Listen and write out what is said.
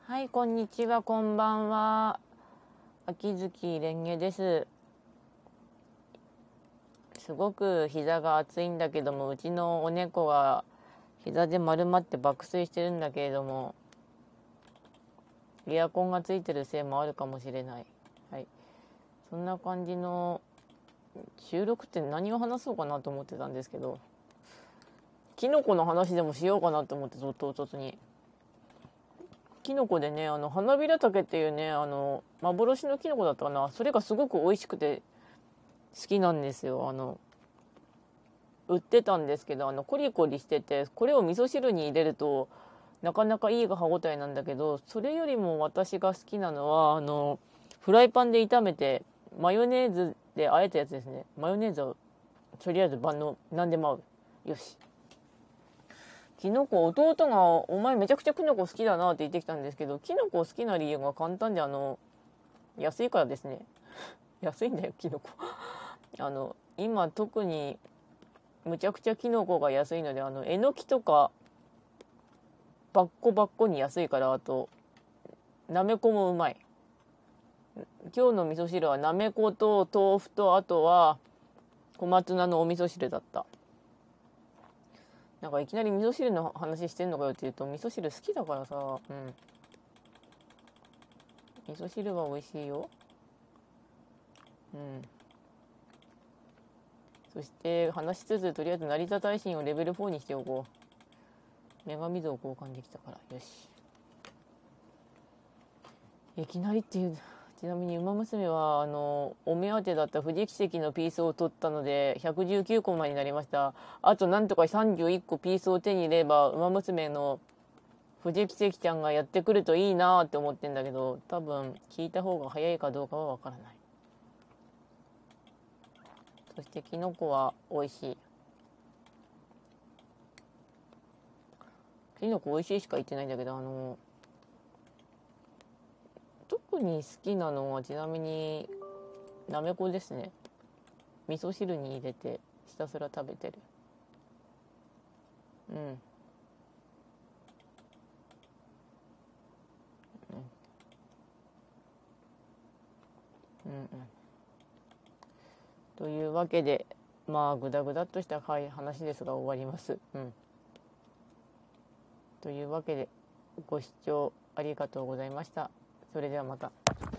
はい、こんにちは、こんばんは。秋月蓮華です。すごく膝が熱いんだけども、うちのお猫が膝で丸まって爆睡してるんだけれども、エアコンがついてるせいもあるかもしれない。はい。そんな感じの収録って何を話そうかなと思ってたんですけど、キノコの話でもしようかなと思って唐突に。キノコでね、花びらたけっていうね、幻のキノコだったかな。それがすごく美味しくて好きなんですよ。売ってたんですけど、コリコリしてて、これを味噌汁に入れるとなかなかいい歯ごたえなんだけど、それよりも私が好きなのはフライパンで炒めてマヨネーズで和えたやつですね。マヨネーズをとりあえず万能、何でも合う。よし。キノコ、弟がお前めちゃくちゃキノコ好きだなって言ってきたんですけど、キノコ好きな理由が簡単で安いからですね。安いんだよキノコ。今特にむちゃくちゃキノコが安いので、えのきとかバッコバッコに安いから、あとなめこもうまい。今日の味噌汁はなめこと豆腐と、あとは小松菜のお味噌汁だった。なんかいきなり味噌汁の話してんのかよって言うと、味噌汁好きだからさ。味噌汁は美味しいよ。そして話しつつ、とりあえず成田耐震をレベル4にしておこう。女神像交換できたから。よし。いきなりっていう。ちなみに馬娘はお目当てだった富士奇跡のピースを取ったので119個までになりました。あとなんとか31個ピースを手に入れれば馬娘の富士奇跡ちゃんがやってくるといいなって思ってんだけど、多分聞いた方が早いかどうかはわからない。そしてキノコは美味しい。キノコ美味しいしか言ってないんだけど、特に好きなのはちなみになめこですね。味噌汁に入れてひたすら食べてる。うん。というわけで、まあグダグダっとした話ですが終わります。というわけでご視聴ありがとうございました。それではまた。